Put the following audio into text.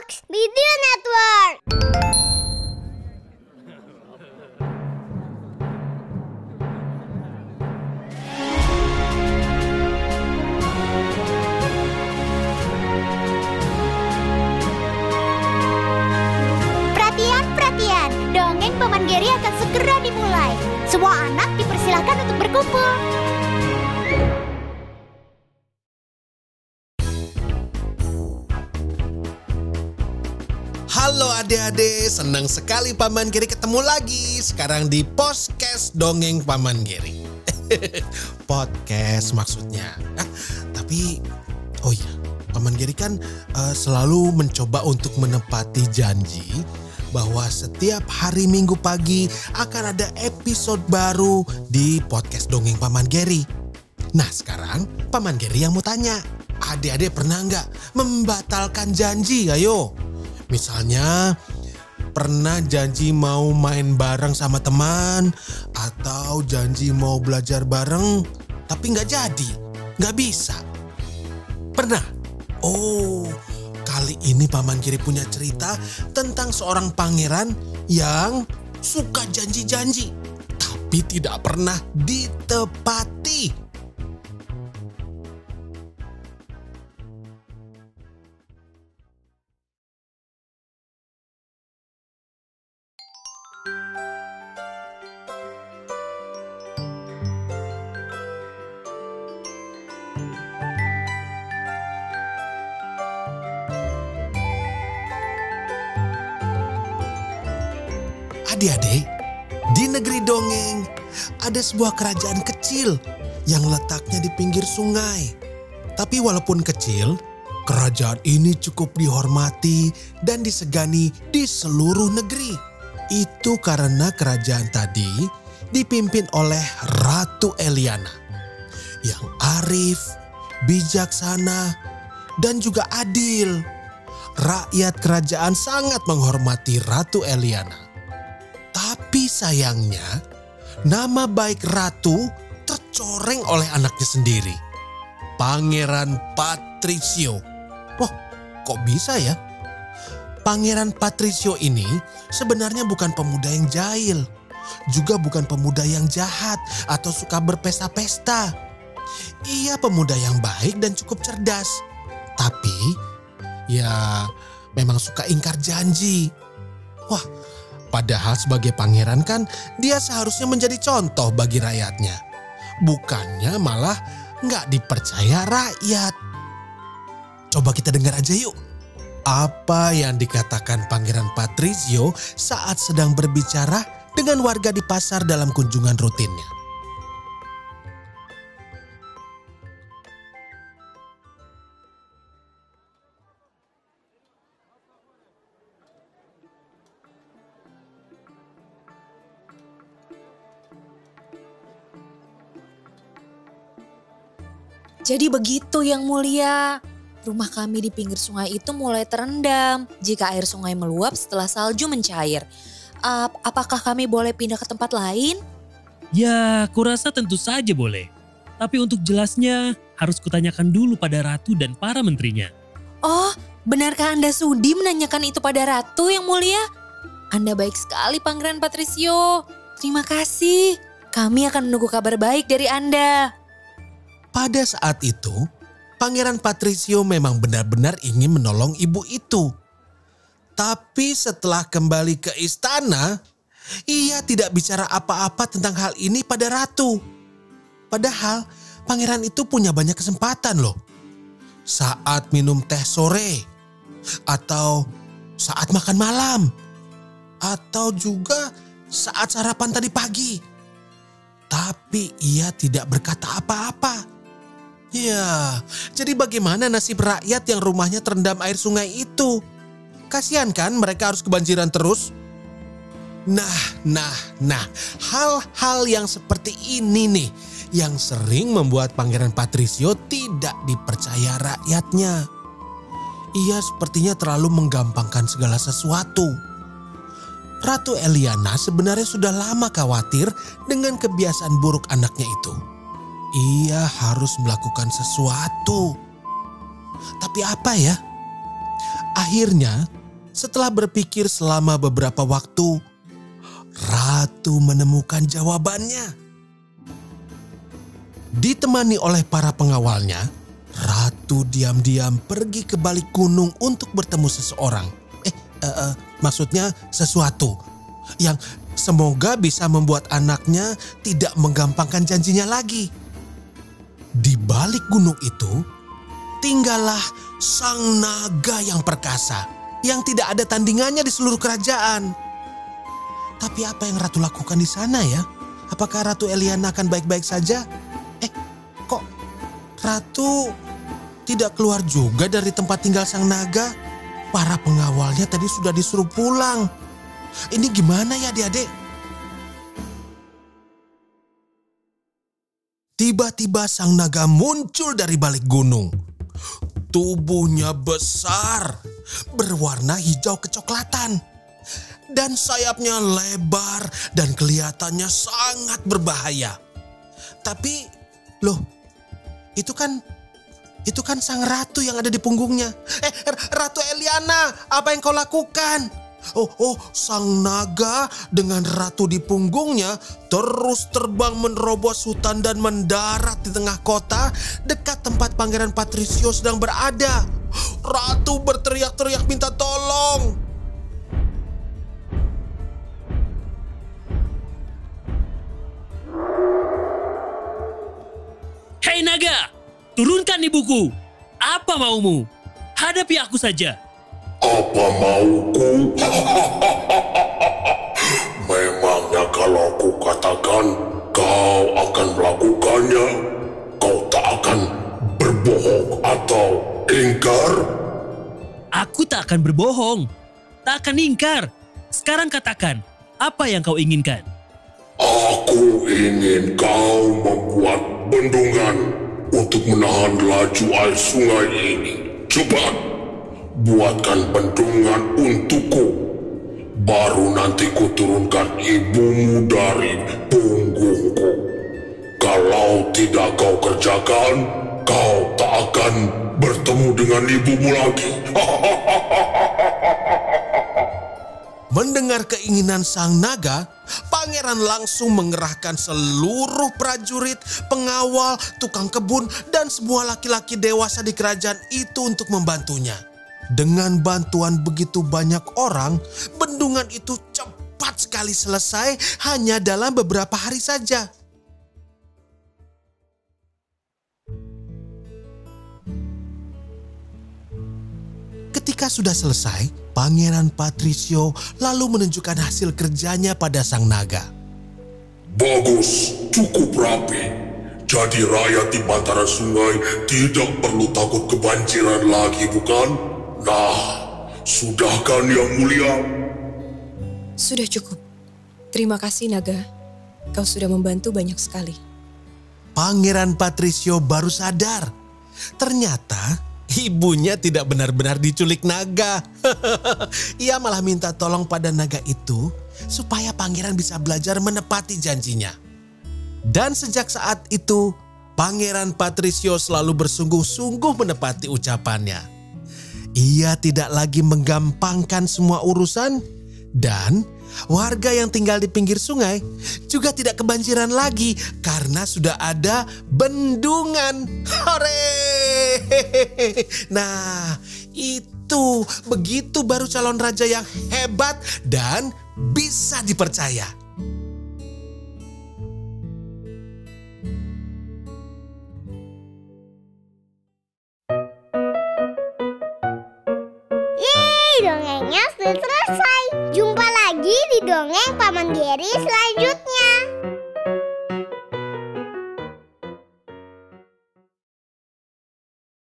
Box Video Network. Perhatian, dongeng Paman Geri akan segera dimulai. Semua anak dipersilakan untuk berkumpul. Halo adik-adik, senang sekali Paman Geri ketemu lagi. Sekarang di podcast Dongeng Paman Geri. Podcast maksudnya. Tapi, oh iya, Paman Geri kan selalu mencoba untuk menepati janji bahwa setiap hari Minggu pagi akan ada episode baru di podcast Dongeng Paman Geri. Nah sekarang Paman Geri yang mau tanya, adik-adik pernah nggak membatalkan janji? Ayo. Misalnya pernah janji mau main bareng sama teman atau janji mau belajar bareng tapi nggak jadi, nggak bisa. Pernah? Oh, kali ini Paman Geri punya cerita tentang seorang pangeran yang suka janji-janji tapi tidak pernah ditepati. Adik-adik, di negeri dongeng ada sebuah kerajaan kecil yang letaknya di pinggir sungai. Tapi walaupun kecil, kerajaan ini cukup dihormati dan disegani di seluruh negeri. Itu karena kerajaan tadi dipimpin oleh Ratu Eliana yang arif, bijaksana, dan juga adil. Rakyat kerajaan sangat menghormati Ratu Eliana. Tapi sayangnya, nama baik Ratu tercoreng oleh anaknya sendiri, Pangeran Patricio. Wah, kok bisa ya? Pangeran Patricio ini sebenarnya bukan pemuda yang jahil, juga bukan pemuda yang jahat atau suka berpesta-pesta. Ia pemuda yang baik dan cukup cerdas. Tapi, ya memang suka ingkar janji. Wah, padahal sebagai pangeran kan dia seharusnya menjadi contoh bagi rakyatnya. Bukannya malah nggak dipercaya rakyat. Coba kita dengar aja yuk. Apa yang dikatakan Pangeran Patricio saat sedang berbicara dengan warga di pasar dalam kunjungan rutinnya. Jadi begitu Yang Mulia, rumah kami di pinggir sungai itu mulai terendam jika air sungai meluap setelah salju mencair. Apakah kami boleh pindah ke tempat lain? Ya, kurasa tentu saja boleh. Tapi untuk jelasnya harus kutanyakan dulu pada Ratu dan para menterinya. Oh, benarkah Anda sudi menanyakan itu pada Ratu Yang Mulia? Anda baik sekali Pangeran Patricio. Terima kasih. Kami akan menunggu kabar baik dari Anda. Pada saat itu, Pangeran Patricio memang benar-benar ingin menolong ibu itu. Tapi setelah kembali ke istana, ia tidak bicara apa-apa tentang hal ini pada Ratu. Padahal pangeran itu punya banyak kesempatan loh. Saat minum teh sore, atau saat makan malam, atau juga saat sarapan tadi pagi. Tapi ia tidak berkata apa-apa. Ya, jadi bagaimana nasib rakyat yang rumahnya terendam air sungai itu? Kasihan kan mereka harus kebanjiran terus? Nah, hal-hal yang seperti ini nih yang sering membuat Pangeran Patricio tidak dipercaya rakyatnya. Ia sepertinya terlalu menggampangkan segala sesuatu. Ratu Eliana sebenarnya sudah lama khawatir dengan kebiasaan buruk anaknya itu. Ia harus melakukan sesuatu. Tapi apa ya? Akhirnya, setelah berpikir selama beberapa waktu, Ratu menemukan jawabannya. Ditemani oleh para pengawalnya, Ratu diam-diam pergi ke balik gunung untuk bertemu seseorang. Maksudnya sesuatu yang semoga bisa membuat anaknya tidak menggampangkan janjinya lagi. Di balik gunung itu, tinggallah sang naga yang perkasa, yang tidak ada tandingannya di seluruh kerajaan. Tapi apa yang Ratu lakukan di sana ya? Apakah Ratu Eliana akan baik-baik saja? Kok Ratu tidak keluar juga dari tempat tinggal sang naga? Para pengawalnya tadi sudah disuruh pulang. Ini gimana ya adik-adik? Tiba-tiba sang naga muncul dari balik gunung. Tubuhnya besar, berwarna hijau kecoklatan. Dan sayapnya lebar dan kelihatannya sangat berbahaya. Tapi, loh, itu kan sang ratu yang ada di punggungnya. Ratu Eliana, apa yang kau lakukan? Sang naga dengan ratu di punggungnya terus terbang menerobos hutan dan mendarat di tengah kota dekat tempat Pangeran Patricio sedang berada. Ratu berteriak-teriak minta tolong. Hei naga, turunkan ibuku. Apa maumu? Hadapi aku saja. Apa mauku? Memangnya kalau aku katakan kau akan melakukannya, kau tak akan berbohong atau ingkar? Aku tak akan berbohong, tak akan ingkar. Sekarang katakan, apa yang kau inginkan? Aku ingin kau membuat bendungan untuk menahan laju air sungai ini. Cepat, buatkan bendungan untukku. Baru nanti kuturunkan ibumu dari punggungku. Kalau tidak kau kerjakan, kau tak akan bertemu dengan ibumu lagi. Mendengar keinginan sang naga, pangeran langsung mengerahkan seluruh prajurit, pengawal, tukang kebun, dan semua laki-laki dewasa di kerajaan itu untuk membantunya. Dengan bantuan begitu banyak orang, bendungan itu cepat sekali selesai hanya dalam beberapa hari saja. Ketika sudah selesai, Pangeran Patricio lalu menunjukkan hasil kerjanya pada sang naga. Bagus, cukup rapi. Jadi rakyat di bantaran sungai tidak perlu takut kebanjiran lagi, bukan? Nah, sudah kan yang mulia? Sudah cukup. Terima kasih naga. Kau sudah membantu banyak sekali. Pangeran Patricio baru sadar. Ternyata ibunya tidak benar-benar diculik naga. Ia malah minta tolong pada naga itu supaya pangeran bisa belajar menepati janjinya. Dan sejak saat itu, Pangeran Patricio selalu bersungguh-sungguh menepati ucapannya. Ia tidak lagi menggampangkan semua urusan, dan warga yang tinggal di pinggir sungai juga tidak kebanjiran lagi karena sudah ada bendungan. Hore! Nah, itu begitu baru calon raja yang hebat dan bisa dipercaya. Yeay, dongengnya sudah selesai. Jumpa lagi di dongeng Paman Geri selanjutnya.